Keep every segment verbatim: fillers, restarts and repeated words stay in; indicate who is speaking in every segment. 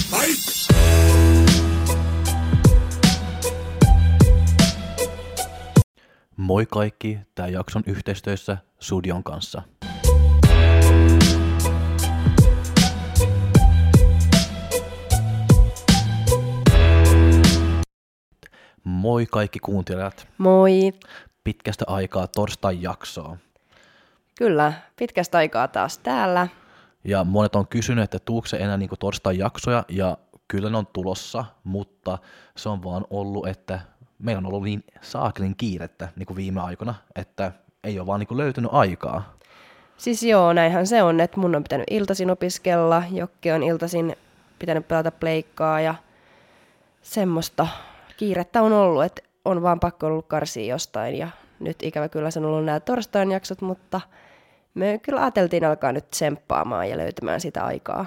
Speaker 1: Fight!
Speaker 2: Moi kaikki, tämä jakson yhteistyössä Studion kanssa. Moi kaikki kuuntelijat.
Speaker 3: Moi.
Speaker 2: Pitkästä aikaa torstain jaksoa.
Speaker 3: Kyllä, pitkästä aikaa taas täällä.
Speaker 2: Ja monet on kysynyt, että tuuko se enää niin kuin torstain jaksoja, ja kyllä ne on tulossa, mutta se on vaan ollut, että meillä on ollut niin saakelin kiirettä niin kuin viime aikoina, että ei ole vaan niin kuin löytynyt aikaa.
Speaker 3: Siis joo, näinhän se on, että mun on pitänyt iltaisin opiskella, Jokke on iltaisin pitänyt pelata pleikkaa ja semmoista kiirettä on ollut, että on vaan pakko ollut karsia jostain ja nyt ikävä kyllä se on ollut nämä torstain jaksot, mutta me kyllä ajateltiin alkaa nyt tsemppaamaan ja löytämään sitä aikaa.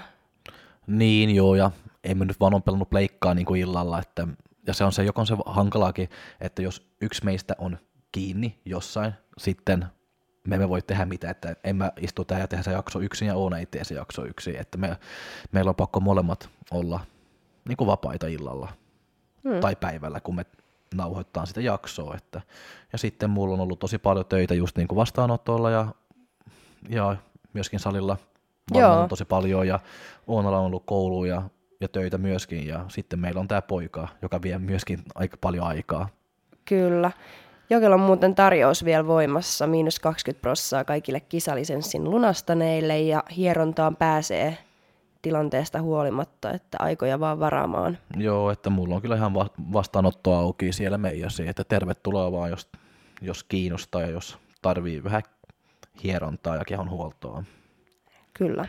Speaker 2: Niin joo, ja emme nyt vaan ole pelannut pleikkaa niin kuin illalla, että, ja se on se, joka on se hankalaakin, että jos yksi meistä on kiinni jossain, sitten me emme voi tehdä mitään, että en mä istu tähän ja tehdä se jakso yksin ja Oona ei tee se jakso yksin, että me, meillä on pakko molemmat olla niin kuin vapaita illalla hmm. tai päivällä, kun me nauhoittaa sitä jaksoa, että, ja sitten mulla on ollut tosi paljon töitä just niin kuin vastaanotolla ja, ja myöskin salilla on tosi paljon ja Oonalla on ollut kouluja ja, ja töitä myöskin ja sitten meillä on tää poika, joka vie myöskin aika paljon aikaa.
Speaker 3: Kyllä. Jokella on muuten tarjous vielä voimassa, miinus kaksikymmentä prosenttia kaikille kisalisenssin lunastaneille ja hierontaan pääsee tilanteesta huolimatta, että aikoja vaan varaamaan.
Speaker 2: Joo, että mulla on kyllä ihan vastaanotto auki siellä meijäsi, että tervetuloa vaan, jos, jos kiinnostaa ja jos tarvii vähän hierontaa ja kehonhuoltoa.
Speaker 3: Kyllä.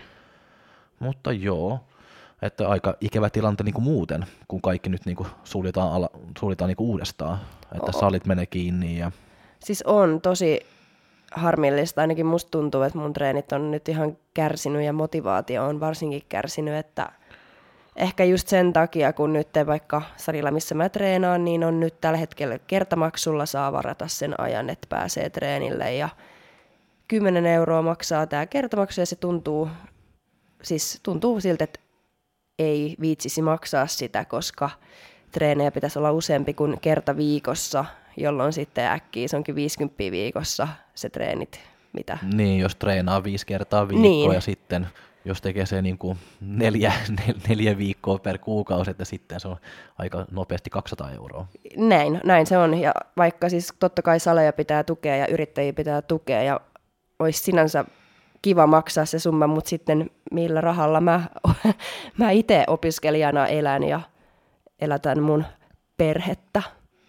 Speaker 2: Mutta joo, että aika ikävä tilante niin kuin muuten, kun kaikki nyt niin kuin suljetaan, ala, suljetaan niin kuin uudestaan, että Oo. salit menee kiinni. Ja
Speaker 3: siis on tosi harmillista, ainakin musta tuntuu, että mun treenit on nyt ihan kärsinyt ja motivaatio on varsinkin kärsinyt, että ehkä just sen takia, kun nyt vaikka salilla, missä mä treenaan, niin on nyt tällä hetkellä kertamaksulla saa varata sen ajan, että pääsee treenille ja kymmenen euroa maksaa tää kertamaksu ja se tuntuu, siis tuntuu siltä, että ei viitsisi maksaa sitä, koska treenejä pitäisi olla useampi kuin kerta viikossa, jolloin sitten äkkiä se onkin viisikymmentä viikossa se treenit. Mitä?
Speaker 2: Niin, jos treenaa viisi kertaa viikkoa niin. Ja sitten jos tekee se niin kuin neljä, nel, neljä viikkoa per kuukausi, että sitten se on aika nopeasti kaksisataa euroa.
Speaker 3: Näin, näin se on. Ja vaikka siis totta kai saleja pitää tukea ja yrittäjiä pitää tukea ja olisi sinänsä kiva maksaa se summa, mutta sitten millä rahalla mä, mä itse opiskelijana elän ja elätän mun perhettä.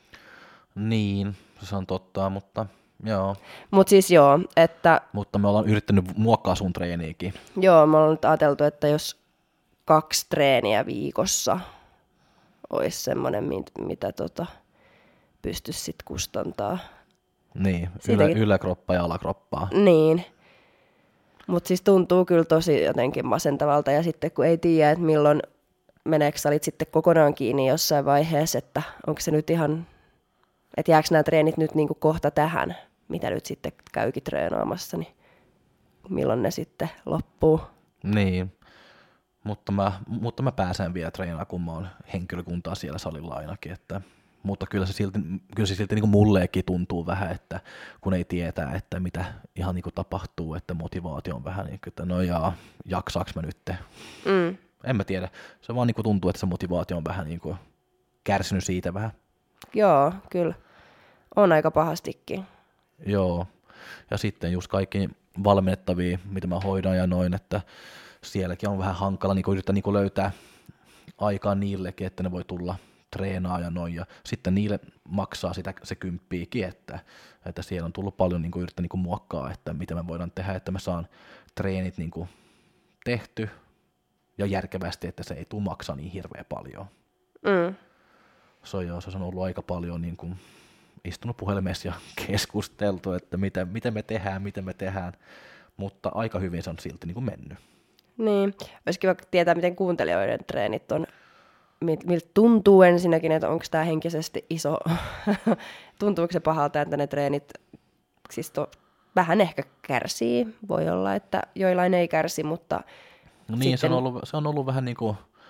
Speaker 2: Niin, se on totta, mutta joo.
Speaker 3: Mut siis joo, että
Speaker 2: Mutta me ollaan yrittänyt muokkaa sun treeniäkin.
Speaker 3: Joo, me ollaan nyt ajateltu, että jos kaksi treeniä viikossa olisi semmoinen, mit, mitä tota, pystyisi sitten kustantaa.
Speaker 2: Niin, ylä, yläkroppaa ja alakroppaa.
Speaker 3: Niin. Mutta siis tuntuu kyllä tosi jotenkin masentavalta ja sitten kun ei tiedä, että milloin meneekö salit sitten kokonaan kiinni jossain vaiheessa, että onko se nyt ihan, että jääkö nämä treenit nyt niinku kohta tähän, mitä nyt sitten käykin treenaamassa, niin milloin ne sitten loppuu.
Speaker 2: Niin, mutta mä, mutta mä pääsen vielä treenaamaan, kun mä oon henkilökuntaa siellä salilla ainakin, että mutta kyllä se silti, kyllä se silti niin kuin mulleekin tuntuu vähän, että kun ei tietää, että mitä ihan niin kuin tapahtuu, että motivaatio on vähän niin kuin, että no jaa, jaksaaks mä nyt? Mm. En mä tiedä. Se vaan niin kuin tuntuu, että se motivaatio on vähän niin kuin kärsinyt siitä vähän.
Speaker 3: Joo, kyllä. On aika pahastikin.
Speaker 2: Joo. Ja sitten just kaikki valmennettavia, mitä mä hoidan ja noin, että sielläkin on vähän hankala niin kuin yrittää niin kuin löytää aikaa niillekin, että ne voi tulla treenaa ja noin, ja sitten niille maksaa sitä se kymppiäkin, että, että siellä on tullut paljon niin kuin, yrittää niin kuin muokkaa, että mitä me voidaan tehdä, että me saan treenit niin kuin tehty ja järkevästi, että se ei tule maksaa niin hirveän paljon. Mm. Se on, jo, se on ollut aika paljon niin kuin istunut puhelimessa ja keskusteltu, että mitä, miten me tehdään, miten me tehdään, mutta aika hyvin se on silti niin kuin mennyt.
Speaker 3: Niin, olisi kiva tietää, miten kuuntelijoiden treenit on. Miltä tuntuu ensinnäkin, että onko tämä henkisesti iso, tuntuuko se pahalta, että ne treenit siis to, vähän ehkä kärsii, voi olla, että joillain ei kärsi, mutta
Speaker 2: no niin, sitten se on ollut, se on ollut vähän niin kuin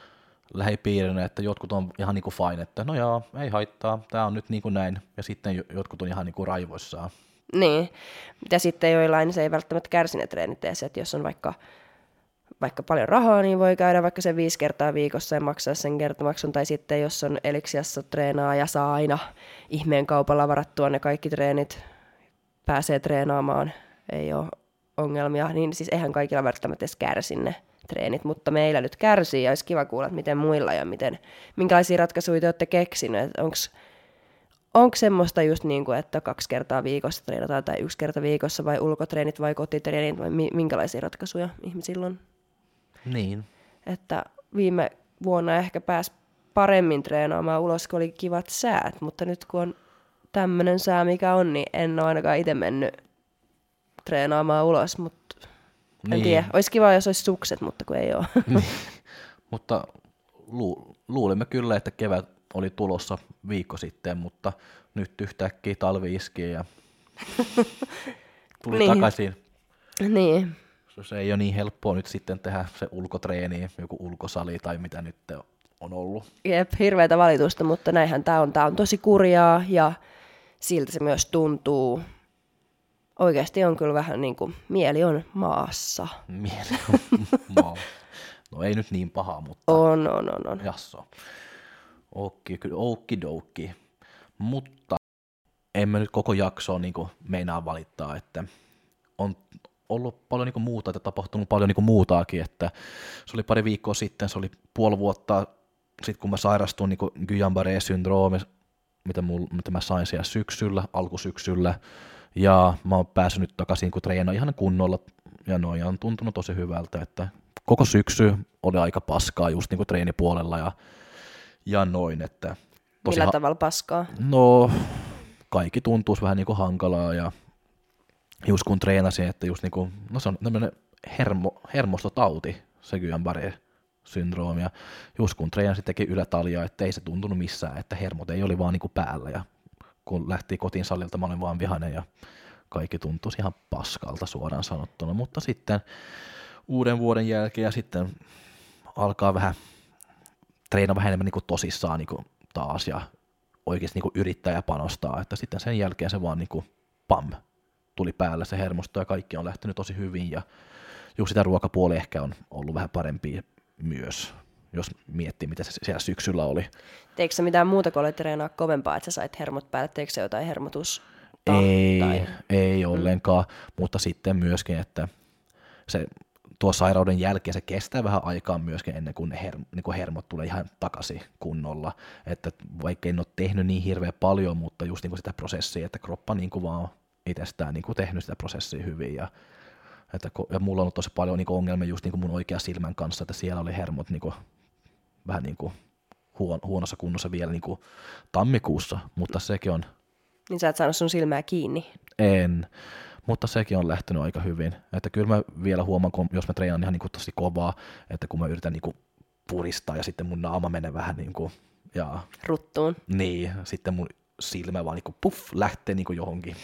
Speaker 2: lähipiirinä, että jotkut on ihan niinku fine, että no joo, ei haittaa, tää on nyt niinku näin, ja sitten jotkut on ihan niinku raivoissaan.
Speaker 3: Niin, ja sitten joillain se ei välttämättä kärsi ne treenit edes, että jos on vaikka, vaikka paljon rahaa, niin voi käydä vaikka sen viisi kertaa viikossa ja maksaa sen kertamaksun, tai sitten jos on Elixiassa treenaa ja saa aina ihmeen kaupalla varattua ne kaikki treenit, pääsee treenaamaan, ei ole ongelmia, niin siis eihän kaikilla välttämättä edes kärsi ne treenit, mutta meillä nyt kärsii, ja olisi kiva kuulla, että miten muilla ja miten, minkälaisia ratkaisuja te olette keksineet, onko Onko semmoista just niin kuin, että kaksi kertaa viikossa treenataan tai yksi kerta viikossa vai ulkotreenit vai kotitreenit vai minkälaisia ratkaisuja ihmisillä on?
Speaker 2: Niin.
Speaker 3: Että viime vuonna ehkä pääsi paremmin treenaamaan ulos, kun oli kivat säät, mutta nyt kun on tämmöinen sää mikä on, niin en ole ainakaan itse mennyt treenaamaan ulos, mutta en
Speaker 2: niin.
Speaker 3: tiedä. Olisi kiva, jos olisi sukset, mutta kun ei ole.
Speaker 2: Niin. Mutta lu- luulimme kyllä, että kevät oli tulossa viikko sitten, mutta nyt yhtäkkiä talvi iski ja tuli
Speaker 3: niin.
Speaker 2: takaisin.
Speaker 3: Niin.
Speaker 2: Se ei ole niin helppoa nyt sitten tehdä se ulkotreeni, joku ulkosali tai mitä nyt on ollut.
Speaker 3: Jep, hirveätä valitusta, mutta näinhän tämä on. Tämä on tosi kurjaa ja siltä se myös tuntuu. Oikeasti on kyllä vähän niin kuin mieli on maassa.
Speaker 2: Mieli on maassa. No ei nyt niin paha, mutta...
Speaker 3: On, on, on. on.
Speaker 2: Jasso. Okei, kyllä okidoki. Mutta emme nyt koko jaksoa niin kuin meinaa valittaa, että on ollut paljon niin kuin muuta, että tapahtunut paljon niin kuin muutaakin, että se oli pari viikkoa sitten, se oli puoli vuotta sitten, kun mä sairastuin niin Guillain-Barré-syndroomi, mitä, mitä mä sain siellä syksyllä, alkusyksyllä, ja mä oon päässyt nyt takaisin kun treenaan ihan kunnolla, ja noin on tuntunut tosi hyvältä, että koko syksy oli aika paskaa just niin kuin treenipuolella, ja Ja noin, että...
Speaker 3: Tosi Millä ha- tavalla paskaa?
Speaker 2: No, kaikki tuntuisi vähän niin kuin hankalaa ja just kun treenasin, että just niin kuin, no se on tämmöinen hermo, hermostotauti, se Guillain-Barré-syndroomi, ja just kun treenasin teki ylätaljaa, että ei se tuntunut missään, että hermot ei oli vaan niin kuin päällä, ja kun lähti kotiin salilta, mä olin vaan vihainen, ja kaikki tuntuisi ihan paskalta suoraan sanottuna, mutta sitten uuden vuoden jälkeen, ja sitten alkaa vähän treenaa vähän enemmän niin kuin tosissaan niin kuin taas ja oikeasti niin kuin yrittää ja panostaa, että sitten sen jälkeen se vaan niin kuin pam, tuli päälle se hermosto ja kaikki on lähtenyt tosi hyvin ja just sitä ruokapuoli ehkä on ollut vähän parempi myös, jos miettii mitä se siellä syksyllä oli.
Speaker 3: Teikö sä mitään muuta kuin olet treenaa kovempaa, että sä sait hermot päälle, teikö sä jotain hermotus?
Speaker 2: Ei,
Speaker 3: tai...
Speaker 2: ei ollenkaan, mm. mutta sitten myöskin, että se tuo sairauden jälkeen se kestää vähän aikaa myöskin ennen kuin ne her- niin kuin hermot tulee ihan takaisin kunnolla, että vaikka en ole tehnyt niin hirveän paljon, mutta just niin kuin sitä prosessia, että kroppa niin kuin vaan itsestään niin kuin tehnyt sitä prosessia hyvin ja, että, ja mulla on ollut tosi paljon niin kuin ongelmia just niin kuin mun oikean silmän kanssa, että siellä oli hermot niin kuin, vähän niin kuin huon- huonossa kunnossa vielä niin kuin tammikuussa, mutta sekin on...
Speaker 3: Niin sä et saanut sun silmää kiinni?
Speaker 2: En. Mutta sekin on lähtenyt aika hyvin. Että kyllä mä vielä huomaan, kun, jos mä treenaan ihan niin kuin tosi kovaa, että kun mä yritän niin kuin puristaa ja sitten mun naama menee vähän niin kuin... Ja,
Speaker 3: ruttuun.
Speaker 2: Niin, sitten mun silmä vaan niin kuin puff, lähtee niin kuin johonkin.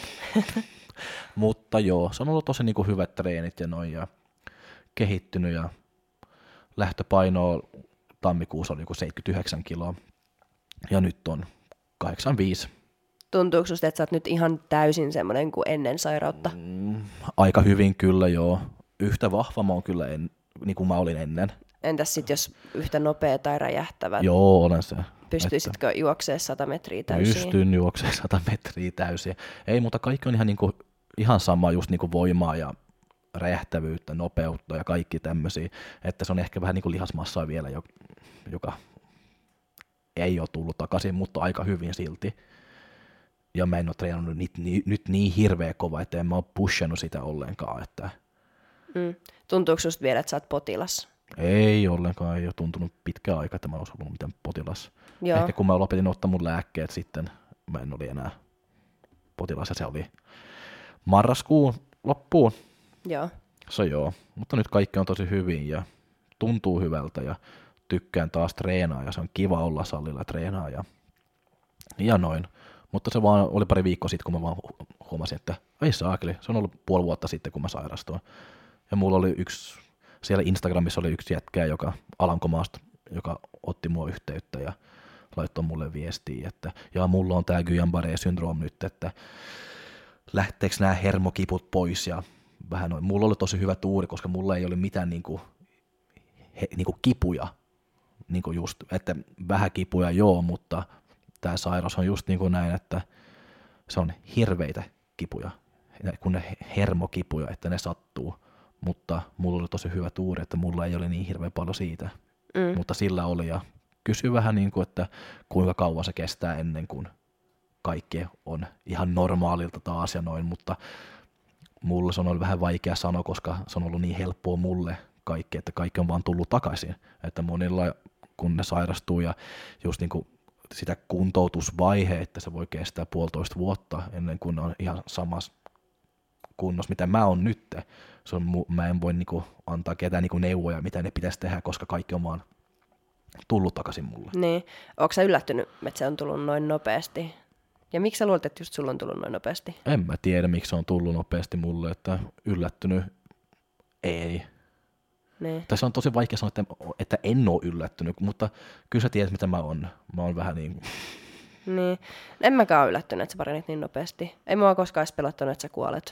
Speaker 2: Mutta joo, se on ollut tosi niin kuin hyvät treenit ja noin ja kehittynyt ja lähtöpaino tammikuussa oli joku seitsemänkymmentäyhdeksän kiloa ja nyt on kahdeksankymmentäviisi.
Speaker 3: Tuntuuko susta, että sä oot nyt ihan täysin semmoinen kuin ennen sairautta?
Speaker 2: Mm, aika hyvin kyllä, joo. Yhtä vahva mä oon kyllä, en, niin kuin mä olin ennen.
Speaker 3: Entäs sitten jos yhtä nopea tai räjähtävä?
Speaker 2: Joo, olen se.
Speaker 3: Pystyisitkö että... juoksemaan sata metriä täysin?
Speaker 2: Pystyn juoksemaan sata metriä täysin. Ei, mutta kaikki on ihan, niin kuin, ihan sama just niin kuin voimaa ja räjähtävyyttä, nopeutta ja kaikki tämmöisiä. Että se on ehkä vähän niin kuin lihasmassaa vielä, joka ei ole tullut takaisin, mutta aika hyvin silti. Ja mä en ole treenannut nyt niin, nyt niin hirveä kova, että en mä ole pushannut sitä ollenkaan. Että...
Speaker 3: Mm. Tuntuuko susta vielä, että sä oot potilas?
Speaker 2: Ei ollenkaan, ei ole tuntunut pitkään aikaa, että mä en olisi ollut mitään potilas.
Speaker 3: Joo.
Speaker 2: Ehkä kun mä lopetin ottaa mun lääkkeet sitten, mä en oli enää potilas ja se oli marraskuun loppuun.
Speaker 3: Joo.
Speaker 2: Se joo, mutta nyt kaikki on tosi hyvin ja tuntuu hyvältä ja tykkään taas treenaa ja se on kiva olla salilla treenaa ja, ja noin. Mutta se vaan oli pari viikkoa sitten, kun mä vaan huomasin, että ei saakeli, se on ollut puoli vuotta sitten, kun mä sairastuin. Ja mulla oli yksi, siellä Instagramissa oli yksi jätkä, joka Alankomaasta, joka otti mua yhteyttä ja laittoi mulle viestiä, että ja mulla on tää Guillain-Barré-syndroom nyt, että lähteekö nämä hermokiput pois ja vähän noin. Mulla oli tosi hyvä tuuri, koska mulla ei ole mitään niinku, he, niinku kipuja, niinku just, että vähän kipuja joo, mutta tämä sairaus on just niin kuin näin, että se on hirveitä kipuja, kun ne hermokipuja, että ne sattuu, mutta mulla oli tosi hyvä tuuri, että mulla ei ole niin hirveän paljon siitä, mm. mutta sillä oli ja kysyi vähän niin kuin, että kuinka kauan se kestää ennen kuin kaikki on ihan normaalilta taas ja noin, mutta mulle se on ollut vähän vaikea sanoa, koska se on ollut niin helppoa mulle kaikki, että kaikki on vaan tullut takaisin, että monilla kun ne sairastuu ja just niin kuin sitä kuntoutusvaihe, että se voi kestää puolitoista vuotta ennen kuin ne on ihan samassa kunnossa, mitä mä oon nyt. Se on, mä en voi niinku antaa ketään niinku neuvoja, mitä ne pitäisi tehdä, koska kaikki on vaan tullut takaisin mulle.
Speaker 3: Niin. Ootko sä yllättynyt, että se on tullut noin nopeasti? Ja miksi sä luulet, että just sulla on tullut noin nopeasti?
Speaker 2: En mä tiedä, miksi se on tullut nopeasti mulle, että yllättynyt ei.
Speaker 3: Niin.
Speaker 2: Tässä on tosi vaikea sanoa, että, että en ole yllättynyt, mutta kyllä sä tiedät, mitä mä oon. Mä oon vähän niin kuin...
Speaker 3: Niin. En mäkään ole yllättynyt, että sä paranit niin nopeasti. Ei mua koskaan edes pelottanut, että sä kuolet.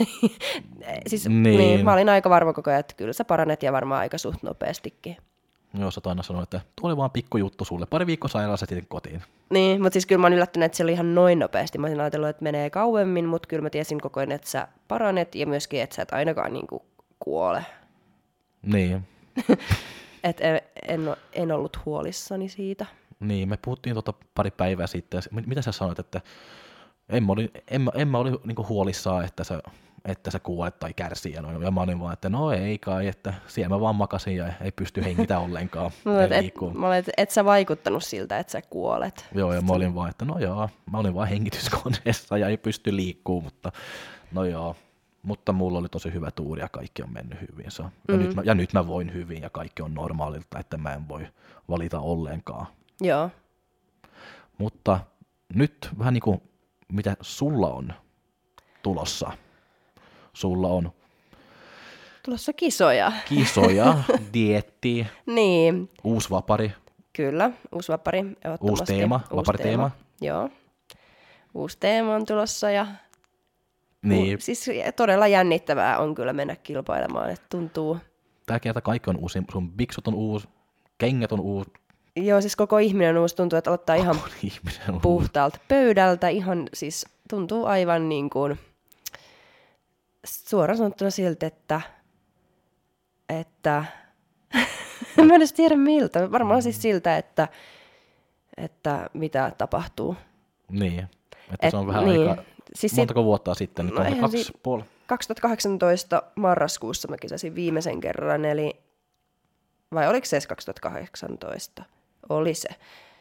Speaker 3: siis, niin. Niin, mä olin aika varma koko ajan, että kyllä sä paranet ja varmaan aika suht nopeastikin.
Speaker 2: Joo, sä aina sanoa, että tuo oli vaan pikkujuttu sulle. Pari viikkoa sairaalassa sitten kotiin.
Speaker 3: Niin, mutta siis kyllä mä oon yllättynyt, että se oli ihan noin nopeasti. Mä olisin ajatellut, että menee kauemmin, mutta kyllä mä tiesin koko ajan, että sä paranet ja myöskin, että sä et ainakaan niin kuin kuole.
Speaker 2: Niin.
Speaker 3: Et en, en, en ollut huolissani siitä.
Speaker 2: Niin, me puhuttiin tuota pari päivää sitten. Mitä sä sanoit, että en mä oli, en mä, en mä oli niinku huolissaan, että sä, että sä kuolet tai kärsii. Ja, noin. Ja mä olin vaan, että no ei kai, että siellä mä vaan makasin ja ei pysty hengitä ollenkaan.
Speaker 3: et, et, mä olin, että et sä vaikuttanut siltä, että sä kuolet.
Speaker 2: Joo, ja mä olin vaan, että no joo, mä olin vaan hengityskoneessa ja ei pysty liikkuu, mutta no joo. Mutta mulla oli tosi hyvä tuuri ja kaikki on mennyt hyvin. Ja, mm. nyt, mä, ja nyt mä voin hyvin ja kaikki on normaalilta, että mä en voi valita ollenkaan.
Speaker 3: Joo.
Speaker 2: Mutta nyt vähän niin kuin mitä sulla on tulossa. Sulla on
Speaker 3: tulossa kisoja.
Speaker 2: Kisoja, dieettiä,
Speaker 3: niin.
Speaker 2: uusi vapari.
Speaker 3: Kyllä, uusi vapari.
Speaker 2: Uusi teema, vapariteema.
Speaker 3: Joo. Uusi teema on tulossa ja
Speaker 2: niin.
Speaker 3: U- siis todella jännittävää on kyllä mennä kilpailemaan, että tuntuu.
Speaker 2: Tää kerta kaikki on uusi, sun biksut on uusi, kengät on uusi.
Speaker 3: Joo, siis koko ihminen on uusi, tuntuu, että aloittaa ihan puhtaalta pöydältä, ihan siis tuntuu aivan niin kuin suoraan sanottuna siltä, että, että mä en edes tiedä miltä, varmaan siis siltä, että, että mitä tapahtuu.
Speaker 2: Niin, että
Speaker 3: Et,
Speaker 2: se on vähän
Speaker 3: niin.
Speaker 2: aika,
Speaker 3: siis
Speaker 2: montako vuotta sitten, nyt
Speaker 3: no
Speaker 2: on se kaksi
Speaker 3: si-
Speaker 2: puoli.
Speaker 3: kaksituhattakahdeksantoista marraskuussa mä kisasin viimeisen kerran, eli vai oliko se edes kaksituhattakahdeksantoista? Oli se.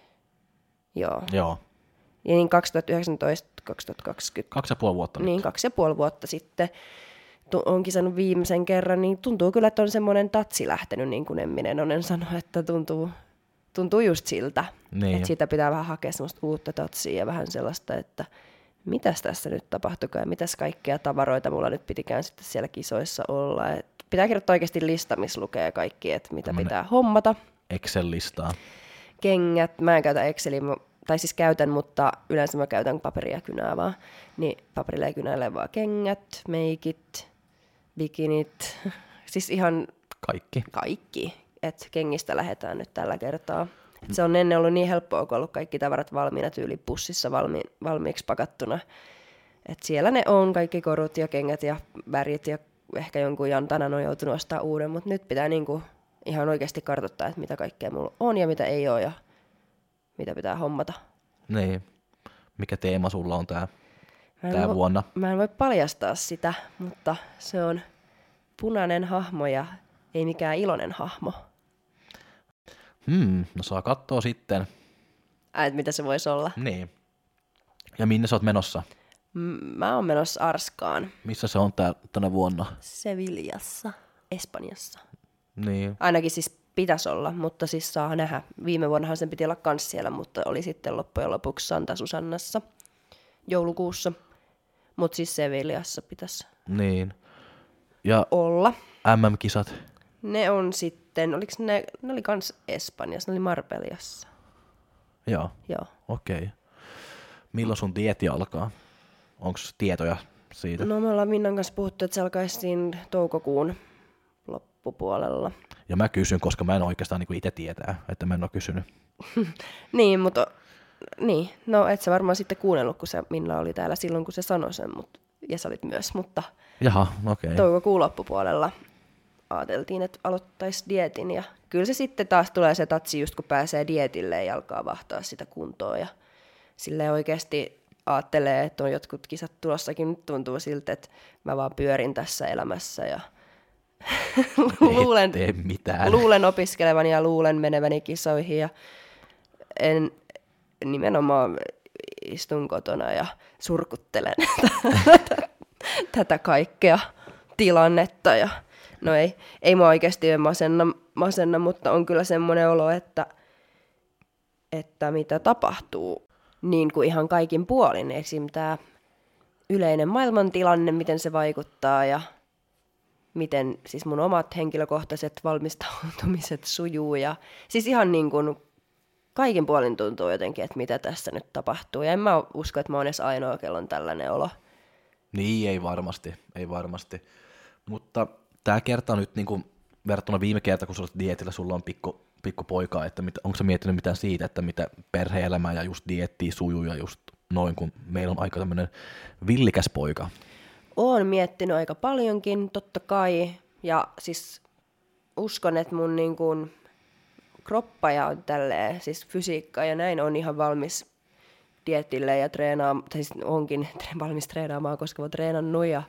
Speaker 3: Joo.
Speaker 2: Joo.
Speaker 3: Ja niin kaksituhattayhdeksäntoista kaksituhattakaksikymmentä.
Speaker 2: Kaksi ja puoli vuotta
Speaker 3: Niin,
Speaker 2: nyt.
Speaker 3: kaksi ja puoli vuotta sitten tu- on kisannut viimeisen kerran, niin tuntuu kyllä, että on semmoinen tatsi lähtenyt, niin kuin Emminen Onen sanoi, että tuntuu, tuntuu just siltä.
Speaker 2: Niin.
Speaker 3: Että siitä pitää vähän hakea semmoista uutta tatsia ja vähän sellaista, että mitäs tässä nyt tapahtuikaan ja mitäs kaikkea tavaroita mulla nyt pitikään sitten siellä kisoissa olla. Et pitää kirjoittaa oikeasti lista, missä lukee kaikki, että mitä
Speaker 2: Tällainen
Speaker 3: pitää hommata.
Speaker 2: Excel-listaa.
Speaker 3: Kengät, mä en käytä Exceliä, tai siis käytän, mutta yleensä mä käytän paperia ja kynää vaan. Niin paperille ja kynälle vaan kengät, meikit, bikinit, siis ihan
Speaker 2: Kaikki.
Speaker 3: kaikki. Että kengistä lähdetään nyt tällä kertaa. Et se on ennen ollut niin helppoa, kun on ollut kaikki tavarat valmiina tyyli pussissa valmi, valmiiksi pakattuna. Et siellä ne on, kaikki korut ja kengät ja värit ja ehkä jonkun jantanan on joutunut ostaa uuden, mutta nyt pitää niinku ihan oikeasti kartoittaa, että mitä kaikkea mulla on ja mitä ei ole ja mitä pitää hommata.
Speaker 2: Niin. Mikä teema sulla on tää,
Speaker 3: Mä
Speaker 2: tää
Speaker 3: vo-
Speaker 2: vuonna?
Speaker 3: Mä en voi paljastaa sitä, mutta se on punainen hahmo ja ei mikään iloinen hahmo.
Speaker 2: Hmm, no saa katsoa sitten.
Speaker 3: Ai, mitä se voisi olla?
Speaker 2: Niin. Ja minne sä oot menossa?
Speaker 3: M- mä oon menossa Arskaan.
Speaker 2: Missä se on tää, tänä vuonna?
Speaker 3: Sevillassa, Espanjassa.
Speaker 2: Niin.
Speaker 3: Ainakin siis pitäisi olla, mutta siis saa nähdä. Viime vuonnahan sen piti olla kans siellä, mutta oli sitten loppujen lopuksi Santa Susannassa joulukuussa. Mutta siis Sevillassa pitäisi
Speaker 2: Niin. Ja
Speaker 3: olla.
Speaker 2: M M-kisat?
Speaker 3: ne on sitten, oliko ne, ne oli kans Espanjassa, ne oli Marbellassa.
Speaker 2: Joo,
Speaker 3: Joo.
Speaker 2: okei. Okay. Milloin sun dieetti alkaa? Onko tietoja siitä?
Speaker 3: No me ollaan Minnan kanssa puhuttu, että se alkaisi siinä toukokuun loppupuolella.
Speaker 2: Ja mä kysyn, koska mä en oikeastaan niin itse tietää, että mä en ole kysynyt.
Speaker 3: Niin, mutta niin. No et sä varmaan sitten kuunnellut, kun se Minna oli täällä silloin, kun se sanoi sen, mut, ja sä olit myös, mutta
Speaker 2: Jaha, okei. Okay.
Speaker 3: toukokuun loppupuolella ajateltiin, että aloittaisi dieetin. Ja kyllä se sitten taas tulee se tatsi, just kun pääsee dietille ja alkaa vahtaa sitä kuntoa. Ja silleen oikeasti ajattelee, että on jotkut kisat tulossakin. Nyt tuntuu siltä, että mä vaan pyörin tässä elämässä ja luulen,
Speaker 2: tee mitään.
Speaker 3: luulen opiskelevani ja luulen meneväni kisoihin. Ja en nimenomaan istun kotona ja surkuttelen tätä kaikkea tilannetta. Ja no ei, ei mä oikeasti masenna, masenna, mutta on kyllä semmoinen olo, että, että mitä tapahtuu niin kuin ihan kaikin puolin. Esim. Tämä yleinen maailmantilanne, miten se vaikuttaa ja miten siis mun omat henkilökohtaiset valmistautumiset sujuu. Ja siis ihan niin kuin kaikin puolin tuntuu jotenkin, että mitä tässä nyt tapahtuu. Ja en mä usko, että mä oon edes ainoa, kello on tällainen olo.
Speaker 2: Niin, ei varmasti, ei varmasti. Mutta tää kerta nyt niin kuin verrattuna viime kerta, kun sä olet dietillä, sulla on pikku, pikku poika, että mit, onko sä miettinyt mitään siitä, että mitä perhe-elämää ja just diettiä sujuu ja just noin, kun meillä on aika tämmöinen villikäs poika.
Speaker 3: Oon miettinyt aika paljonkin, totta kai. Ja siis uskon, että mun niin kuin kroppa ja tälleen, siis fysiikka ja näin on ihan valmis dietille ja treenaamaan, tai siis onkin valmis treenaamaan, koska mä treenannut ja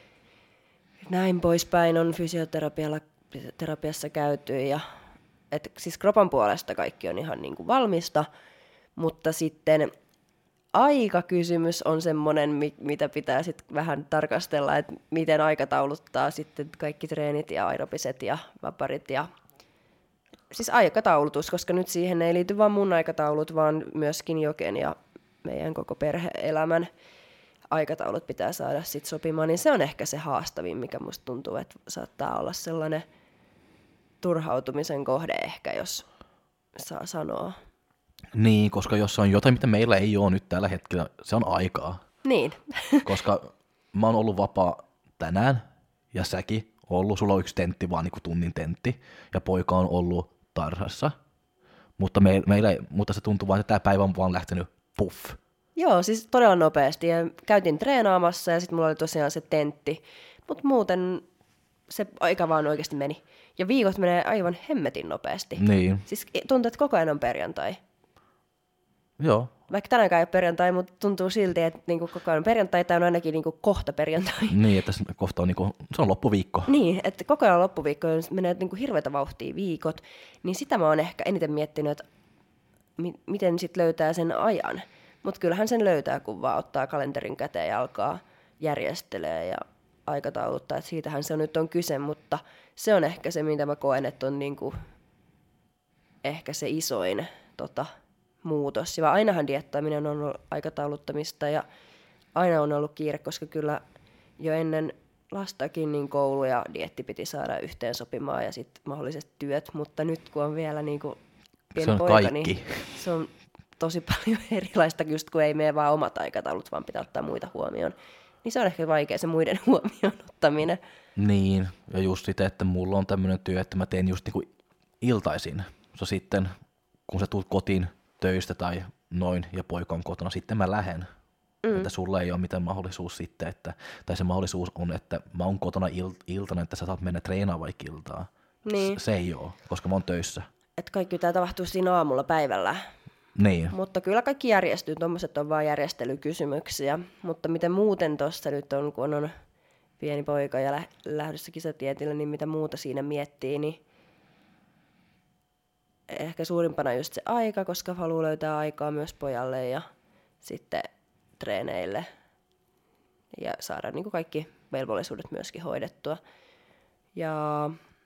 Speaker 3: näin poispäin on fysioterapiassa käyty. Ja, et siis kropan puolesta kaikki on ihan niin kuin valmista, mutta sitten aikakysymys on semmoinen, mitä pitää sitten vähän tarkastella, että miten aikatauluttaa sitten kaikki treenit ja aerobiset ja vaparit ja siis aikataulutus, koska nyt siihen ei liity vain mun aikataulut, vaan myöskin Joken ja meidän koko perhe-elämän aikataulut pitää saada sit sopimaan, niin se on ehkä se haastavin, mikä musta tuntuu, että saattaa olla sellainen turhautumisen kohde ehkä, jos saa sanoa.
Speaker 2: Niin, koska jos on jotain, mitä meillä ei ole nyt tällä hetkellä, se on aikaa.
Speaker 3: Niin.
Speaker 2: Koska mä oon ollut vapaa tänään, ja säkin ollut, sulla on yksi tentti, vaan niin kuin tunnin tentti, ja poika on ollut tarhassa, mutta, me, meillä, mutta se tuntuu vaan, että tämä päivä on vaan lähtenyt puff.
Speaker 3: Joo, siis todella nopeasti, ja käytin treenaamassa, ja sitten mulla oli tosiaan se tentti, mutta muuten se aika vaan oikeasti meni. Ja viikot menee aivan hemmetin nopeasti.
Speaker 2: Niin.
Speaker 3: Siis tuntuu, että koko ajan on perjantai.
Speaker 2: Joo.
Speaker 3: Vaikka tänäänkään ei ole perjantai, mutta tuntuu silti, että niinku koko ajan perjantai, tai on ainakin niinku kohta perjantai.
Speaker 2: Niin, että se kohta on, niinku, se on loppuviikko.
Speaker 3: Niin, että koko ajan loppuviikko, jos menee niinku hirveätä vauhtia viikot, niin sitä mä oon ehkä eniten miettinyt, että mi- miten sit löytää sen ajan. Mutta kyllähän sen löytää, kun vaan ottaa kalenterin käteen ja alkaa järjestelee ja aikatauluttaa. Et siitähän se on nyt on kyse, mutta se on ehkä se, mitä mä koen, että on niinku ehkä se isoin tota, muutos. Ja ainahan diettaaminen on ollut aikatauluttamista ja aina on ollut kiire, koska kyllä jo ennen lastakin niin koulu ja dieetti piti saada yhteen sopimaan ja sitten mahdollisesti työt, mutta nyt kun on vielä niin kuin pieni
Speaker 2: se on
Speaker 3: poika,
Speaker 2: kaikki.
Speaker 3: niin se on tosi paljon erilaista, just kun ei mene vaan omat aikataulut, vaan pitää ottaa muita huomioon. Niin se on ehkä vaikea se muiden huomioon ottaminen.
Speaker 2: Niin, ja just sitä, että mulla on tämmöinen työ, että mä teen just niinku iltaisin. So sitten, kun sä tulet kotiin töistä tai noin, ja poika on kotona, sitten mä lähden. Mm. Että sulla ei ole mitään mahdollisuus sitten, että, tai se mahdollisuus on, että mä oon kotona il, iltana, että sä saat mennä treenaamaan vaikka iltaa.
Speaker 3: Niin.
Speaker 2: Se ei ole, koska mä oon töissä.
Speaker 3: Että kaikki tämä tapahtuu siinä aamulla päivällä.
Speaker 2: Niin.
Speaker 3: Mutta kyllä kaikki järjestyy, tuommoiset on vaan järjestelykysymyksiä. Mutta miten muuten tuossa nyt on, kun on pieni poika ja lä- lähdössä kisatietille, niin mitä muuta siinä miettii, niin ehkä suurimpana just se aika, koska haluaa löytää aikaa myös pojalle ja sitten treeneille ja saada niin kuin kaikki velvollisuudet myöskin hoidettua. Ja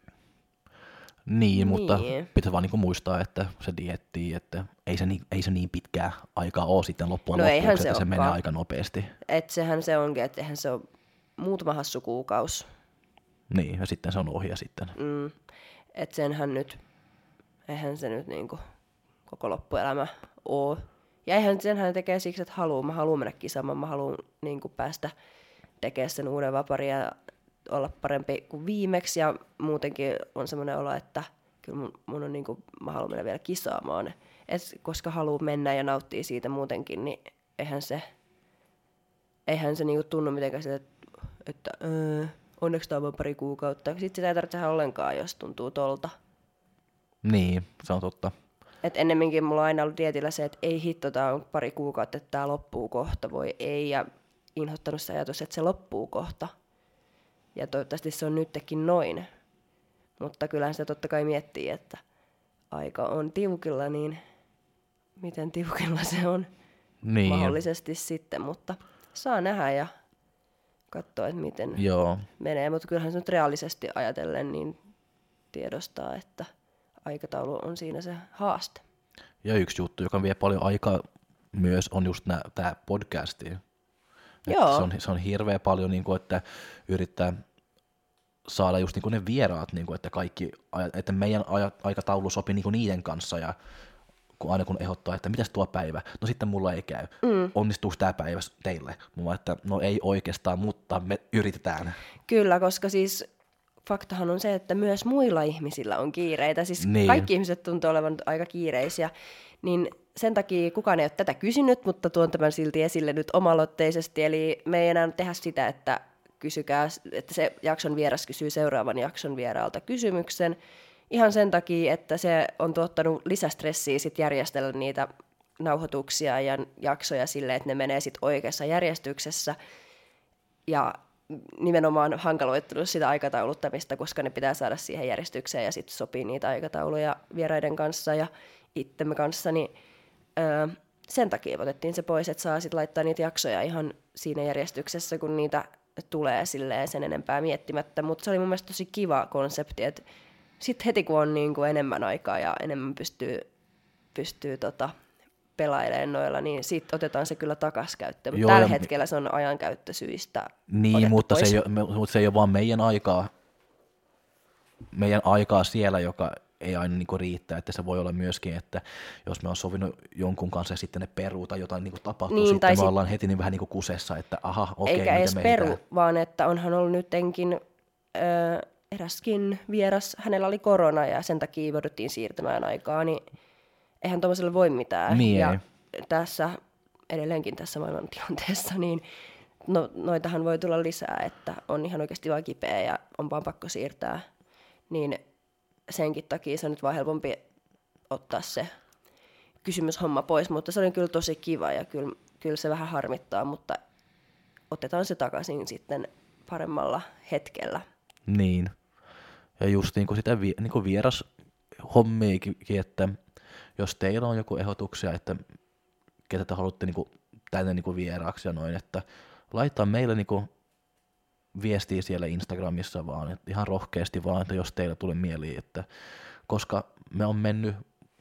Speaker 2: Niin, mutta
Speaker 3: Niin.
Speaker 2: pitää vaan niinku muistaa, että se diettii, että ei se niin, ei se niin pitkää aikaa ole sitten loppujen
Speaker 3: No eihän
Speaker 2: lopuksi,
Speaker 3: se
Speaker 2: että se
Speaker 3: olekaan.
Speaker 2: menee aika nopeasti.
Speaker 3: et sehän se onkin, että eihän se ole muutama hassu kuukausi.
Speaker 2: Niin, ja sitten se on ohi ja sitten.
Speaker 3: Mm. että senhän nyt, eihän se nyt niinku koko loppuelämä oo. Ja eihän senhän tekee siksi, että haluaa. Mä haluan mennä kisaamaan, mä haluan niinku päästä tekemään sen uuden vaparin ja olla parempi kuin viimeksi. Ja muutenkin on semmoinen olo, että kyllä mun, mun on niinku, mä haluan mennä vielä kisaamaan. Et koska haluaa mennä ja nauttii siitä muutenkin, niin eihän se, eihän se niinku tunnu mitenkään sitä, että, että öö, onneksi tämä on vain pari kuukautta. Sitten sitä ei tarvitse tehdä ollenkaan, jos tuntuu tolta.
Speaker 2: Niin, se on totta.
Speaker 3: Et ennemminkin mulla on aina ollut dietillä se, että ei hitto, tää on pari kuukautta, että tää loppuu kohta, voi ei. Ja inhottanut se ajatus, että se loppuu kohta. Ja toivottavasti se on nytkin noin. Mutta kyllähän sitä totta kai miettii, että aika on tiukilla, niin miten tiukilla se on
Speaker 2: Niin.
Speaker 3: mahdollisesti sitten. Mutta saa nähdä ja katsoa, että miten
Speaker 2: Joo.
Speaker 3: menee. Mutta kyllähän se nyt reaalisesti ajatellen niin tiedostaa, että aikataulu on siinä se haaste.
Speaker 2: Ja yksi juttu, joka vie paljon aikaa myös, on just tämä podcasti.
Speaker 3: Joo.
Speaker 2: Se on, se on hirveä paljon, niin kuin, että yrittää saada just niin kuin ne vieraat, niin kuin, että, kaikki, että meidän aikataulu sopii niin kuin niiden kanssa, ja kun aina kun ehdottaa, että mitäs tuo päivä, no sitten mulla ei käy. Mm. Onnistuuko tämä päivä teille? Mulla, että no ei oikeastaan, mutta me yritetään.
Speaker 3: Kyllä, koska siis faktahan on se, että myös muilla ihmisillä on kiireitä. Siis
Speaker 2: niin.
Speaker 3: Kaikki ihmiset tuntuu olevan aika kiireisiä, niin sen takia kukaan ei ole tätä kysynyt, mutta tuon tämän silti esille nyt oma-aloitteisesti. Eli me ei enää tehdä sitä, että kysykää, että se jakson vieras kysyy seuraavan jakson vieraalta kysymyksen. Ihan sen takia, että se on tuottanut lisästressiä sit järjestellä niitä nauhoituksia ja jaksoja silleen, että ne menee sit oikeassa järjestyksessä. Ja nimenomaan hankaloittanut sitä aikatauluttamista, koska ne pitää saada siihen järjestykseen ja sitten sopii niitä aikatauluja vieraiden kanssa ja itsemme kanssa, niin öö, sen takia otettiin se pois, että saa sitten laittaa niitä jaksoja ihan siinä järjestyksessä, kun niitä tulee silleen sen enempää miettimättä, mutta se oli mun mielestä tosi kiva konsepti, että sitten heti kun on niinku enemmän aikaa ja enemmän pystyy, pystyy tota pelailemaan noilla, niin sitten otetaan se kyllä takas käyttöön. Mutta tällä hetkellä se on ajankäyttösyistä
Speaker 2: Niin, mutta
Speaker 3: pois.
Speaker 2: se, ei ole, mutta se ei ole vaan meidän aikaa, meidän aikaa siellä, joka ei aina niinku riittää, että se voi olla myöskin, että jos me on sovinut jonkun kanssa ja sitten ne peruu tai jotain niinku tapahtuu, niin, sitten me sit ollaan heti niin vähän niinku kusessa, että aha, okei,
Speaker 3: eikä edes
Speaker 2: me
Speaker 3: peru,
Speaker 2: hitään.
Speaker 3: vaan että onhan ollut nyttenkin öö, eräskin vieras, hänellä oli korona ja sen takia jouduttiin siirtämään aikaa, niin eihän tuollaiselle voi mitään.
Speaker 2: Niin
Speaker 3: ja
Speaker 2: ei.
Speaker 3: tässä, edelleenkin tässä maailmantilanteessa, niin no, noitahan voi tulla lisää, että on ihan oikeasti vaan kipeä ja on vaan pakko siirtää. Niin senkin takia se on nyt vaan helpompi ottaa se kysymyshomma pois, mutta se oli kyllä tosi kiva ja kyllä, kyllä se vähän harmittaa, mutta otetaan se takaisin sitten paremmalla hetkellä.
Speaker 2: Niin. Ja just niin kuin sitä vi- niin kuin vieras hommiikin, että jos teillä on joku ehdotuksia, että ketä te haluatte niin kuin tänne niin kuin vieraaksi ja noin, että laittaa meille niin kuin viestiä siellä Instagramissa vaan, että ihan rohkeasti vaan, että jos teillä tulee mieliin, että koska me on mennyt,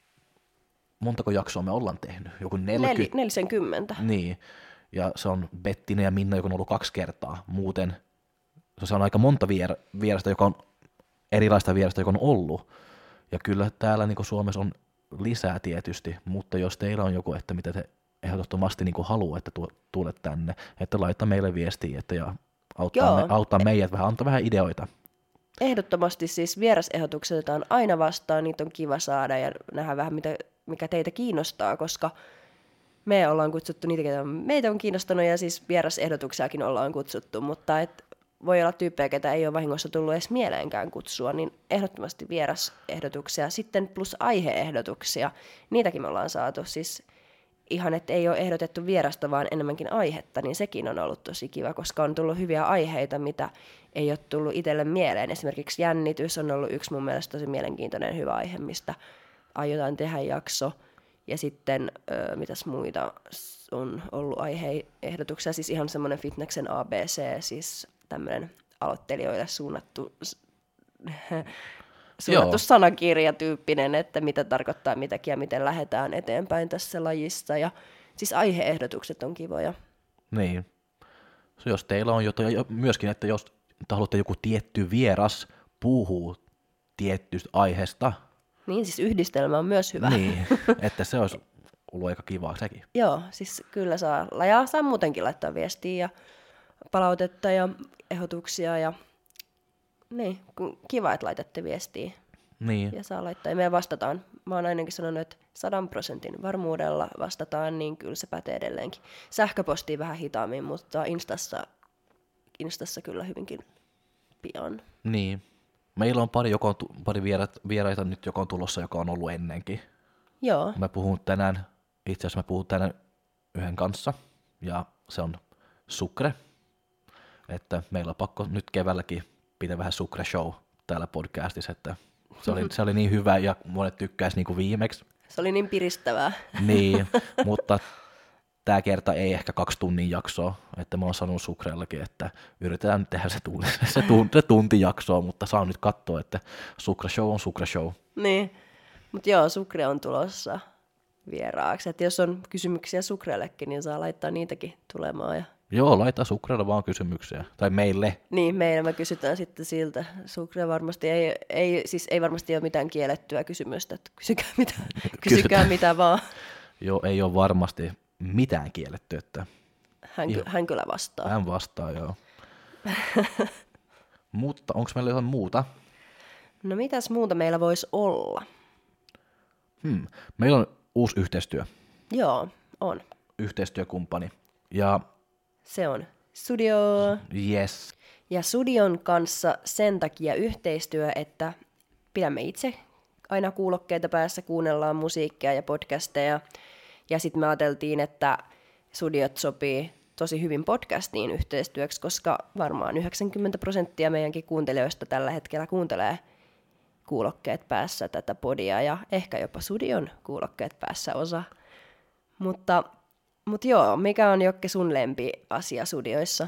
Speaker 2: montako jaksoa me ollaan tehnyt? Joku neljäkymmentä?
Speaker 3: neljäkymmentä.
Speaker 2: Niin, ja se on Bettinen ja Minna, joka on ollut kaksi kertaa. Muuten se on aika monta vier- vierasta, joka on erilaista vierasta, joka on ollut. Ja kyllä täällä niin kuin Suomessa on lisää tietysti, mutta jos teillä on joku, että mitä te ehdottomasti niin kuin haluaa, että tulet tänne, että laittaa meille viestiä, että ja auttaa, me, auttaa meidät vähän, antaa vähän ideoita.
Speaker 3: Ehdottomasti siis vierasehdotukset otetaan aina vastaan, niitä on kiva saada ja nähdä vähän, mitä, mikä teitä kiinnostaa, koska me ollaan kutsuttu niitä, ketä meitä on kiinnostanut ja siis vierasehdotuksiakin ollaan kutsuttu, mutta et voi olla tyyppejä, ketä ei ole vahingossa tullut edes mieleenkään kutsua, niin ehdottomasti vierasehdotuksia. Sitten plus aiheehdotuksia, niitäkin me ollaan saatu. Siis ihan, että ei ole ehdotettu vierasta, vaan enemmänkin aihetta, niin sekin on ollut tosi kiva, koska on tullut hyviä aiheita, mitä ei ole tullut itselle mieleen. Esimerkiksi jännitys on ollut yksi mun mielestä tosi mielenkiintoinen hyvä aihe, mistä aiotaan tehdä jakso. Ja sitten, ö, mitäs muita on ollut aiheehdotuksia, siis ihan semmoinen fitneksen A B C, siis tämmöinen aloittelijoille suunnattu, suunnattu sanakirjatyyppinen, että mitä tarkoittaa mitäkin ja miten lähdetään eteenpäin tässä lajissa. Ja siis aiheehdotukset on kivoja.
Speaker 2: Niin. So, jos teillä on jotain, ja myöskin, että jos te haluatte joku tietty vieras puhuu tiettystä aiheesta.
Speaker 3: Niin, siis yhdistelmä on myös hyvä.
Speaker 2: Niin, että se olisi ollut aika kivaa sekin.
Speaker 3: Joo, siis kyllä saa, ja saa muutenkin laittaa viestiä ja palautetta ja ehdotuksia ja niin, kiva, että laitatte viestiä
Speaker 2: Niin.
Speaker 3: ja saa laittaa. Ja me vastataan, mä oon ainakin sanonut, että sadan prosentin varmuudella vastataan, niin kyllä se pätee edelleenkin. Sähköpostiin vähän hitaammin, mutta Instassa, Instassa kyllä hyvinkin pian.
Speaker 2: Niin. Meillä on pari, joko, pari vieraita, vieraita nyt, joka on tulossa, joka on ollut ennenkin.
Speaker 3: Joo.
Speaker 2: Mä puhun tänään, itse asiassa mä puhun tänään yhden kanssa, ja se on Sucre. Että meillä on pakko nyt keväälläkin pitää vähän Sucre show täällä podcastissa, että se oli, se oli niin hyvä ja monet tykkäisi niin kuin viimeksi.
Speaker 3: Se oli niin piristävää.
Speaker 2: Niin, mutta tämä kerta ei ehkä kaksi tunnin jaksoa, että mä oon sanonut Sucrellakin, että yritetään nyt tehdä se, tunti, se, tunti, se tunti jaksoa, mutta saa nyt katsoa, että Sucre show on Sucre show.
Speaker 3: Niin, mutta joo, Sucre on tulossa vieraaksi. Et jos on kysymyksiä Sucrellekin, niin saa laittaa niitäkin tulemaan. Ja...
Speaker 2: Joo, laita Sucrelle vaan kysymyksiä, tai meille.
Speaker 3: Niin, meillä me kysytään sitten siltä. Sucre varmasti ei, ei, siis ei varmasti ole mitään kiellettyä kysymystä, että kysykää mitä, kysykää mitä vaan.
Speaker 2: Joo, ei ole varmasti mitään kielletty, että
Speaker 3: hän, ky- hän kyllä vastaa.
Speaker 2: Hän vastaa, joo. Mutta onko meillä jotain muuta?
Speaker 3: No mitäs muuta meillä voisi olla?
Speaker 2: Hmm. Meillä on uusi yhteistyö.
Speaker 3: Joo, on.
Speaker 2: Yhteistyökumppani. Ja
Speaker 3: se on Studio.
Speaker 2: Yes.
Speaker 3: Ja Studion kanssa sen takia yhteistyö, että pidämme itse aina kuulokkeita päässä, kuunnellaan musiikkia ja podcasteja. Ja sitten me ajateltiin, että Studiot sopii tosi hyvin podcastiin yhteistyöksi, koska varmaan yhdeksänkymmentä prosenttia meidänkin kuuntelijoista tällä hetkellä kuuntelee kuulokkeet päässä tätä podia ja ehkä jopa Studion kuulokkeet päässä osa. Mutta, mutta joo, mikä on Jokke sun lempiasia Studioissa?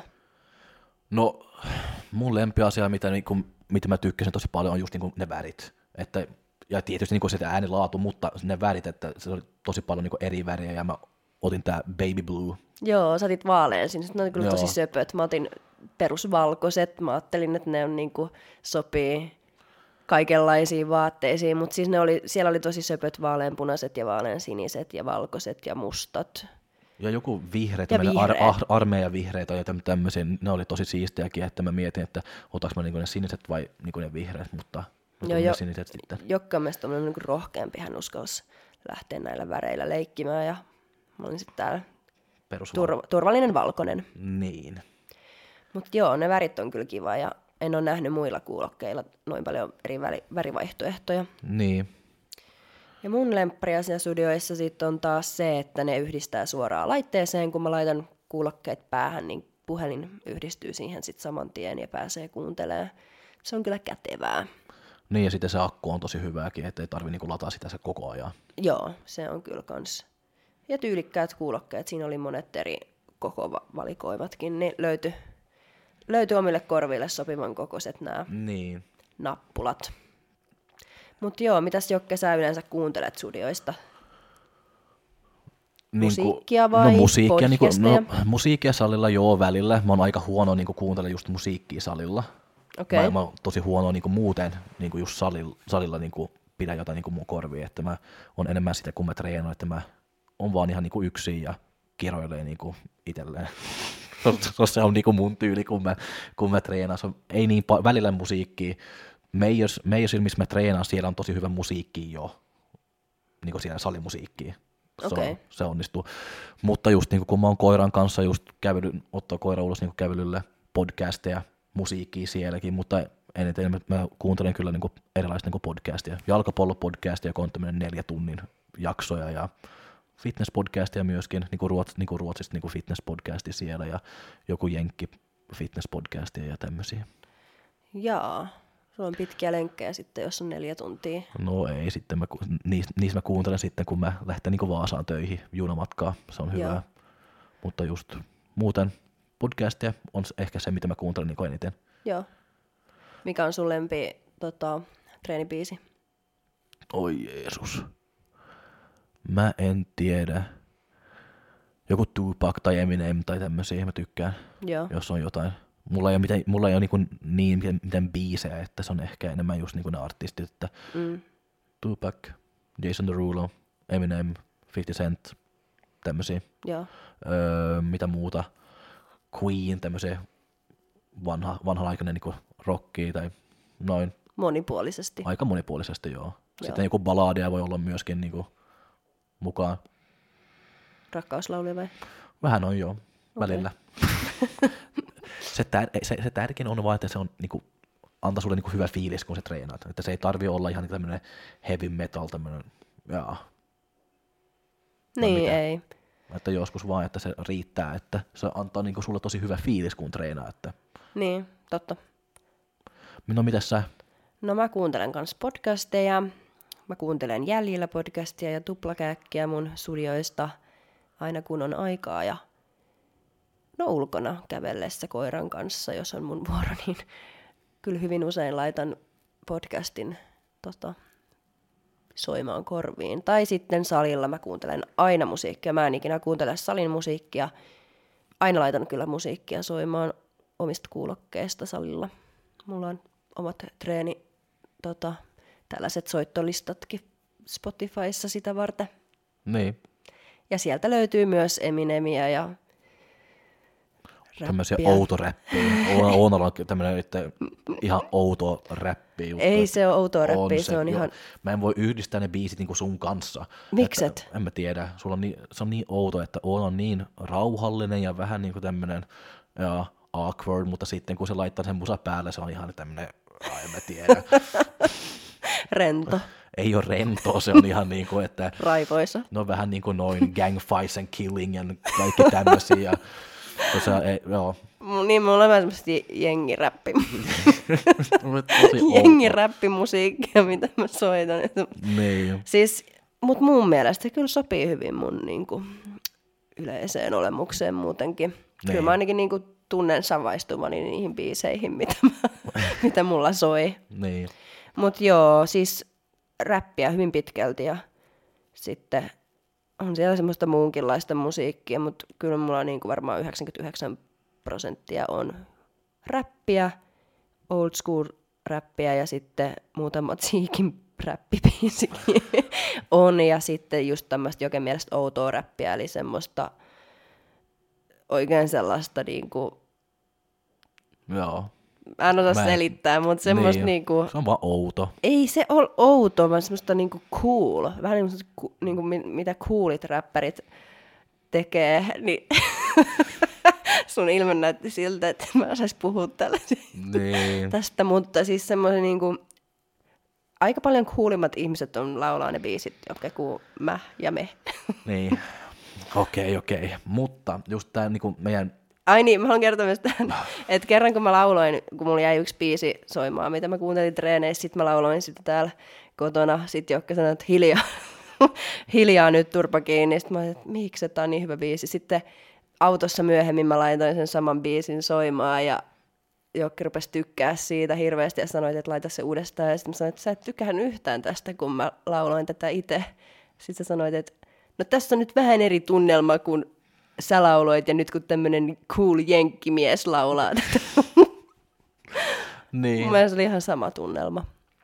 Speaker 2: No mun lempiasia, mitä, niinku, mitä mä tykkäsin tosi paljon, on just niinku ne värit. Että, ja tietysti niinku se äänilaatu, mutta ne värit, että se oli tosi paljon niinku eri väriä ja mä otin tää baby blue.
Speaker 3: Joo, sä otit vaalean siinä, ne on kyllä tosi söpöt. Mä otin perusvalkoiset, mä ajattelin, että ne on niinku, sopii kaikenlaisiin vaatteisiin, mutta siis ne oli, siellä oli tosi söpöt vaaleanpunaiset ja vaaleansiniset ja valkoiset ja mustat.
Speaker 2: Ja joku vihreät,
Speaker 3: ja
Speaker 2: ar- ar- armeijan vihreitä ja tämmöisiä, ne oli tosi siistejäkin, että mä mietin, että otaks mä niinku ne siniset vai niinku ne vihreät, mutta
Speaker 3: joo, jo,
Speaker 2: siniset sitten.
Speaker 3: Jokka on mielestäni niinku rohkeampi, hän uskalsi lähteä näillä väreillä leikkimään ja mä olin sitten täällä turv- turvallinen valkoinen.
Speaker 2: Niin.
Speaker 3: Mutta joo, ne värit on kyllä kiva ja en ole nähnyt muilla kuulokkeilla noin paljon eri värivaihtoehtoja.
Speaker 2: Niin.
Speaker 3: Ja mun lemppariasia Studioissa sitten on taas se, että ne yhdistää suoraan laitteeseen. Kun mä laitan kuulokkeet päähän, niin puhelin yhdistyy siihen sitten saman tien ja pääsee kuuntelemaan. Se on kyllä kätevää.
Speaker 2: Niin ja sitten se akku on tosi hyvääkin, ettei tarvi niinku lataa sitä se koko ajan.
Speaker 3: Joo, se on kyllä kans. Ja tyylikkäät kuulokkeet, siinä oli monet eri koko valikoivatkin, niin löytyi löyty omille korville sopivan kokoiset nämä
Speaker 2: niin.
Speaker 3: nappulat. Mutta joo, mitäs Jokke sä yleensä kuuntelet Studioista?
Speaker 2: Niin
Speaker 3: musiikkia vai
Speaker 2: no, musiikkia, niin kuin, no,
Speaker 3: musiikkia
Speaker 2: salilla joo välillä. Mä oon aika huono niin kuuntelemaan just musiikkia salilla.
Speaker 3: Okay.
Speaker 2: Mä, mä oon tosi huono niin muuten niin just salilla, salilla niin pidä jotain niin mun korviin. Että mä oon enemmän sitä, kun mä treenaan, että mä oon vaan ihan niin yksin ja kiroilee niin itselleen. Se on niin mun tyyli, kun mä, kun mä treenaan. Se on, ei niin pa- välillä musiikkia. Meijers, Meijers, missä mä treenaan, siellä on tosi hyvä musiikki jo. Niin kuin siellä salimusiikkia. Se,
Speaker 3: okay.
Speaker 2: on, se onnistuu. Mutta just niin kun mä oon koiran kanssa just kävely, ottaa koira ulos niin kävelylle, podcasteja, musiikkia sielläkin, mutta eniten mä, mä kuuntelen kyllä niin erilaisia niin podcasteja. Jalkapallopodcastia, joka on tämmöinen neljä tunnin jaksoja ja fitnesspodcastia myöskin, niin kuin, Ruots, niin kuin Ruotsista niin kuin fitnesspodcasti siellä ja joku jenkki fitnesspodcastia ja tämmöisiä.
Speaker 3: Jaa. Sulla on pitkiä lenkkejä sitten, jos on neljä tuntia.
Speaker 2: No ei, sitten mä, niistä, niistä mä kuuntelen sitten, kun mä lähten niin Vaasaan töihin junamatkaa. Se on hyvä. Joo. Mutta just muuten podcastia on ehkä se, mitä mä kuuntelen niin eniten.
Speaker 3: Joo. Mikä on sun lempi tota, treenibiisi?
Speaker 2: Oi Jeesus. Mä en tiedä. Joku Tupac tai Eminem tai tämmöisiä mä tykkään.
Speaker 3: Joo.
Speaker 2: Jos on jotain. Mulla ei ole, mitään, mulla ei ole niin, niin mitään, mitään biisejä, että se on ehkä enemmän just niin ne artistit, että
Speaker 3: Mm.
Speaker 2: Tupac, Jason Derulo, Eminem, fifty Cent, tämmöisiä.
Speaker 3: Joo.
Speaker 2: Öö, mitä muuta, Queen, tämmöisiä vanha, vanhanaikainen niin rockia tai noin.
Speaker 3: Monipuolisesti.
Speaker 2: Aika monipuolisesti, joo.
Speaker 3: Joo.
Speaker 2: Sitten joku baladia voi olla myöskin niin kuin, mukaan.
Speaker 3: Rakkauslauluja vai?
Speaker 2: Vähän on joo, välillä. se, tär, se, se tärkein on vaan, että se on, niin kuin, antaa sulle niin kuin, hyvä fiilis, kun sä treenaat. Että se ei tarvitse olla ihan niin tämmöinen heavy metal, tämmöinen, jaa.
Speaker 3: Niin,
Speaker 2: mitä?
Speaker 3: ei.
Speaker 2: Että joskus vaan, että se riittää, että se antaa niin kuin, sulle tosi hyvä fiilis, kun treenaa. Että...
Speaker 3: Niin, totta.
Speaker 2: No mitäs sä?
Speaker 3: No mä kuuntelen kanssa podcasteja. Mä kuuntelen Jäljillä podcastia ja Tuplakääkkiä mun studioista aina kun on aikaa. Ja no ulkona kävellessä koiran kanssa, jos on mun vuoro, niin kyllä hyvin usein laitan podcastin tota, soimaan korviin. Tai sitten salilla mä kuuntelen aina musiikkia. Mä en ikinä kuuntele salin musiikkia. Aina laitan kyllä musiikkia soimaan omista kuulokkeista salilla. Mulla on omat treeni, tota, tällaiset soittolistatkin Spotifyssa sitä varten.
Speaker 2: Niin.
Speaker 3: Ja sieltä löytyy myös Eminemiä ja
Speaker 2: Tämmöisiä
Speaker 3: räppiä.
Speaker 2: outoräppiä. On on tämmöinen että ihan outo räppi.
Speaker 3: Ei se ole outoa räppiä,
Speaker 2: on
Speaker 3: se on
Speaker 2: joo.
Speaker 3: ihan...
Speaker 2: Mä en voi yhdistää ne biisit niinku sun kanssa.
Speaker 3: Mikset?
Speaker 2: Että, en mä tiedä. Sulla on niin, se on niin outo, että on, on niin rauhallinen ja vähän niinku tämmönen ja awkward, mutta sitten kun se laittaa sen musa päälle, se on ihan tämmönen, ai, en mä tiedä.
Speaker 3: Rento,
Speaker 2: Ei ole rentoa, se on ihan niinku, että
Speaker 3: raivoisa.
Speaker 2: no vähän niinku noin gang fights and killing ja kaikki tämmösiä. Ja, se, ei, joo.
Speaker 3: Niin, mulla on vähän semmoista jengiräppi.
Speaker 2: Tosi outo.
Speaker 3: jengiräppimusiikkia, mitä mä soitan.
Speaker 2: Niin.
Speaker 3: Siis, mut mun mielestä se kyllä sopii hyvin mun niinku, yleiseen olemukseen muutenkin. Niin. Kyllä mä ainakin niinku, tunnen savaistumani niihin biiseihin, mitä, mä, mitä mulla soi.
Speaker 2: Niin.
Speaker 3: Mut joo, siis räppiä hyvin pitkälti ja sitten on siellä semmoista muunkinlaista musiikkia, mutta kyllä mulla niinku varmaan yhdeksänkymmentäyhdeksän prosenttia on räppiä, old school räppiä ja sitten muutamat siikin räppibiisikin on. Ja sitten just tämmöistä jokin mielestä outoa räppiä, eli semmoista oikein sellaista niinku,
Speaker 2: Joo.
Speaker 3: mä en osaa
Speaker 2: Mä en-
Speaker 3: selittää, mutta semmoista
Speaker 2: Niin.
Speaker 3: niinku,
Speaker 2: Se on vaan outo.
Speaker 3: ei se ole outoa, vaan semmoista niinku cool, vähän niin kuin niinku, mi- mitä coolit räppärit tekee, niin sun ilme näytti siltä, että mä osais puhua tällaisia
Speaker 2: Niin.
Speaker 3: tästä, mutta siis semmoinen niinku, aika paljon coolimmat ihmiset on laulaa ne biisit, jotka kuuluu mä ja me.
Speaker 2: Niin. Okei, okei. Mutta just tää niinku meidän...
Speaker 3: Ai niin, mä haluan kertoa myös tähän, että kerran kun mä lauloin, kun mulla jäi yksi biisi soimaan, mitä mä kuuntelin treeneissä, sit mä lauloin sitä täällä kotona, sit Jokka sanoi, että hiljaa, hiljaa nyt turpa kiinni, sit mä olin, että miksi tää on niin hyvä biisi. Sitten autossa myöhemmin mä laitoin sen saman biisin soimaan ja Jokki rupesi tykkää siitä hirveästi ja sanoi, että laita se uudestaan. Ja sitten mä sanoin, että sä et tykkään yhtään tästä, kun mä lauloin tätä itse. Sitten sä sanoit, että no tässä on nyt vähän eri tunnelma, kun sä lauloit ja nyt kun tämmönen cool jenkkimies laulaa tätä.
Speaker 2: Niin.
Speaker 3: Mun mielestä se oli ihan sama tunnelma.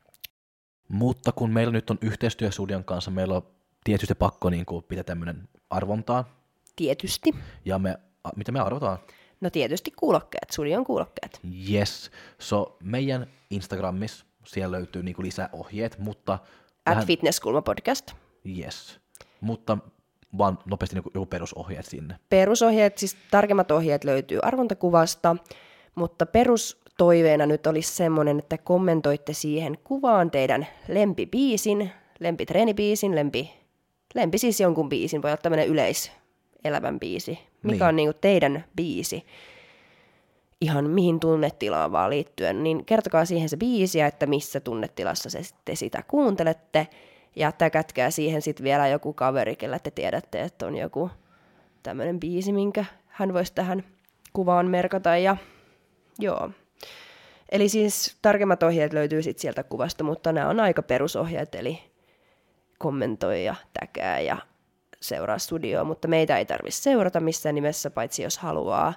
Speaker 2: Mutta kun meillä nyt on yhteistyö Studion kanssa, meillä on tietysti pakko niin kuin, pitää tämmöinen arvontaa.
Speaker 3: Tietysti.
Speaker 2: Ja me, a, mitä me arvotaan?
Speaker 3: No tietysti kuulokkeet, Studion kuulokkeet.
Speaker 2: Yes. So meidän Instagramissa, siellä löytyy niin kuin lisää ohjeet, mutta...
Speaker 3: At Fitnesskulma podcast.
Speaker 2: Yes. Mutta vaan nopeasti niin kuin joku perusohjeet sinne.
Speaker 3: Perusohjeet, siis tarkemmat ohjeet löytyy arvontakuvasta, mutta perustoiveena nyt olisi semmoinen, että kommentoitte siihen kuvaan teidän lempibiisin, lempitreenibiisin, lempi, lempi siis jonkun biisin, voi olla tämmöinen yleiselävän biisi, mikä
Speaker 2: Niin.
Speaker 3: on niinku teidän biisi, ihan mihin tunnetilaan vaan liittyen, niin kertokaa siihen se biisi ja että missä tunnetilassa se te sitä kuuntelette, ja täkätkää siihen sitten vielä joku kaveri, kellä te tiedätte, että on joku tämmöinen biisi, minkä hän voisi tähän kuvaan merkata. Ja joo. Eli siis tarkemmat ohjeet löytyy sitten sieltä kuvasta, mutta nämä on aika perusohjeet, eli kommentoi ja täkää ja seuraa studioa, mutta meitä ei tarvitse seurata missään nimessä, paitsi jos haluaa.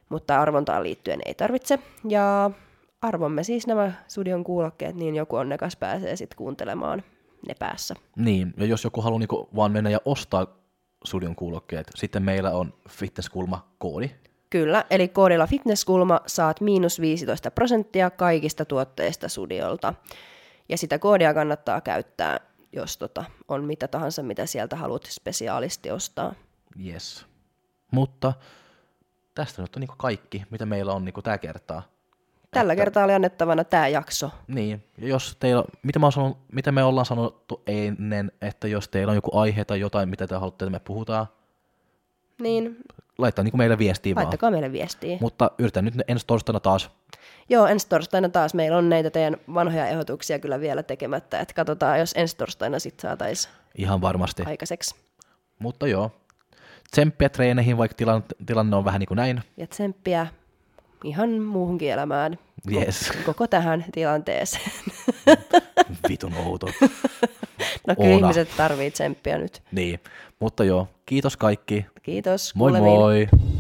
Speaker 3: mutta arvontaan liittyen ei tarvitse. Ja arvomme siis nämä studion kuulokkeet, niin joku onnekas pääsee sitten kuuntelemaan ne päässä.
Speaker 2: Niin, ja jos joku haluaa niinku vaan mennä ja ostaa studion kuulokkeet, sitten meillä on Fitnesskulma-koodi.
Speaker 3: Kyllä, eli koodilla Fitnesskulma saat miinus viisitoista prosenttia kaikista tuotteista studiolta. Ja sitä koodia kannattaa käyttää, jos tota on mitä tahansa, mitä sieltä haluat spesiaalisti ostaa.
Speaker 2: Yes. Mutta tästä nyt on niinku kaikki, mitä meillä on niinku tää kertaa.
Speaker 3: Tällä
Speaker 2: että,
Speaker 3: kertaa oli annettavana tämä jakso.
Speaker 2: Niin, ja jos teillä, mitä, mä sanonut, mitä me ollaan sanottu ennen, että jos teillä on joku aihe tai jotain, mitä te haluatte, että me puhutaan,
Speaker 3: niin
Speaker 2: laittaa niinku meille viestiä vaan.
Speaker 3: laittakaa meille viestiä.
Speaker 2: Mutta yritän nyt ensi torstaina taas.
Speaker 3: Joo, ensi torstaina taas meillä on näitä teidän vanhoja ehdotuksia kyllä vielä tekemättä, että katsotaan, jos ensi torstaina sitten saataisiin
Speaker 2: Ihan varmasti.
Speaker 3: aikaiseksi.
Speaker 2: Mutta joo, tsemppiä treeneihin, vaikka tilanne, tilanne on vähän niin kuin näin.
Speaker 3: Ja tsemppiä ihan muuhunkin elämään.
Speaker 2: Yes.
Speaker 3: Koko tähän tilanteeseen.
Speaker 2: Vitun outo.
Speaker 3: No kyllä
Speaker 2: Ona.
Speaker 3: ihmiset tarvitsee tsemppiä nyt.
Speaker 2: Niin, mutta joo, kiitos kaikki.
Speaker 3: Kiitos.
Speaker 2: Moi
Speaker 3: kuulemiin.
Speaker 2: moi.